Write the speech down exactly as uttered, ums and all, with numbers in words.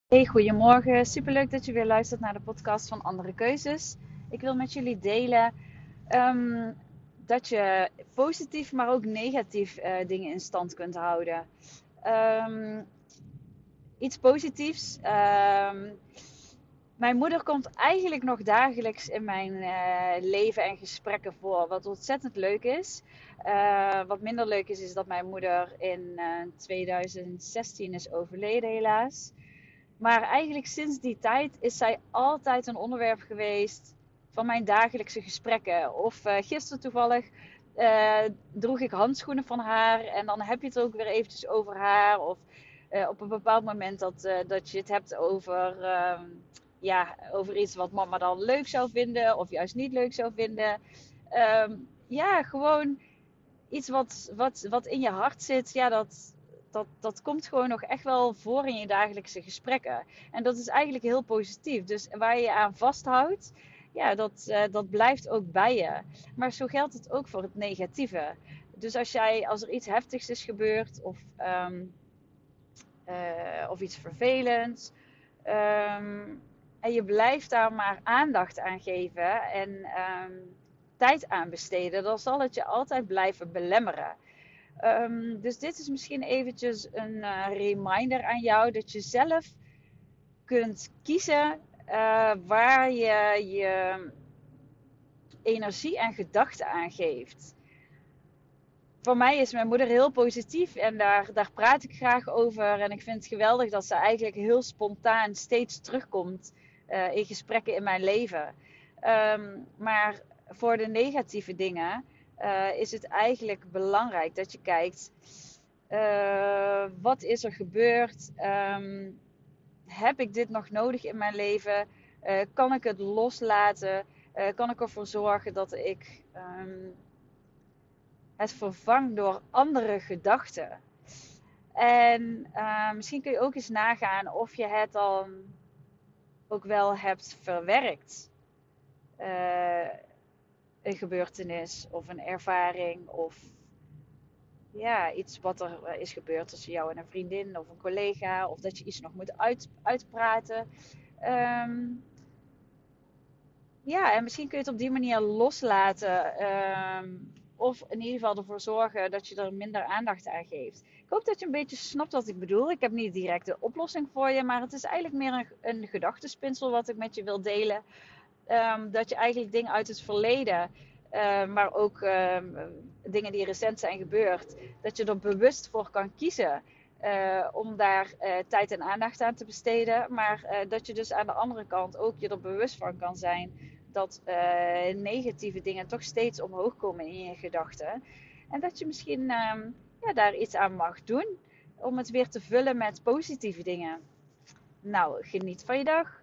Hey, goedemorgen. Superleuk dat je weer luistert naar de podcast van Andere Keuzes. Ik wil met jullie delen ehm, dat je positief, maar ook negatief eh, dingen in stand kunt houden. Ehm, Iets positiefs. Ehm, mijn moeder komt eigenlijk nog dagelijks in mijn eh, leven en gesprekken voor, wat ontzettend leuk is. Eh, wat minder leuk is, is dat mijn moeder in eh, tweeduizend zestien is overleden, helaas. Maar eigenlijk sinds die tijd is zij altijd een onderwerp geweest van mijn dagelijkse gesprekken. Of uh, gisteren toevallig uh, droeg ik handschoenen van haar en dan heb je het ook weer eventjes over haar. Of uh, op een bepaald moment dat, uh, dat je het hebt over, uh, ja, over iets wat mama dan leuk zou vinden of juist niet leuk zou vinden. Um, ja, gewoon iets wat, wat, wat in je hart zit, ja, dat, dat, dat komt gewoon nog echt wel voor in je dagelijkse gesprekken. En dat is eigenlijk heel positief. Dus waar je je aan vasthoudt, ja, dat, uh, dat blijft ook bij je. Maar zo geldt het ook voor het negatieve. Dus als, jij, als er iets heftigs is gebeurd of, um, uh, of iets vervelends. Um, en je blijft daar maar aandacht aan geven en um, tijd aan besteden, dan zal het je altijd blijven belemmeren. Um, dus dit is misschien eventjes een uh, reminder aan jou dat je zelf kunt kiezen uh, waar je je energie en gedachten aan geeft. Voor mij is mijn moeder heel positief en daar, daar praat ik graag over. En ik vind het geweldig dat ze eigenlijk heel spontaan steeds terugkomt uh, in gesprekken in mijn leven. Um, maar voor de negatieve dingen uh, is het eigenlijk belangrijk dat je kijkt, uh, wat is er gebeurd? Um, heb ik dit nog nodig in mijn leven? Uh, kan ik het loslaten? Uh, kan ik ervoor zorgen dat ik um, het vervang door andere gedachten? En uh, misschien kun je ook eens nagaan of je het dan ook wel hebt verwerkt. Uh, een gebeurtenis of een ervaring of ja, iets wat er is gebeurd tussen jou en een vriendin of een collega. Of dat je iets nog moet uit, uitpraten. Um, ja, en misschien kun je het op die manier loslaten. Um, of in ieder geval ervoor zorgen dat je er minder aandacht aan geeft. Ik hoop dat je een beetje snapt wat ik bedoel. Ik heb niet direct de oplossing voor je. Maar het is eigenlijk meer een, een gedachtespinsel wat ik met je wil delen. Um, dat je eigenlijk dingen uit het verleden, uh, maar ook um, dingen die recent zijn gebeurd, dat je er bewust voor kan kiezen uh, om daar uh, tijd en aandacht aan te besteden. Maar uh, dat je dus aan de andere kant ook je er bewust van kan zijn dat uh, negatieve dingen toch steeds omhoog komen in je gedachten. En dat je misschien um, ja, daar iets aan mag doen om het weer te vullen met positieve dingen. Nou, geniet van je dag.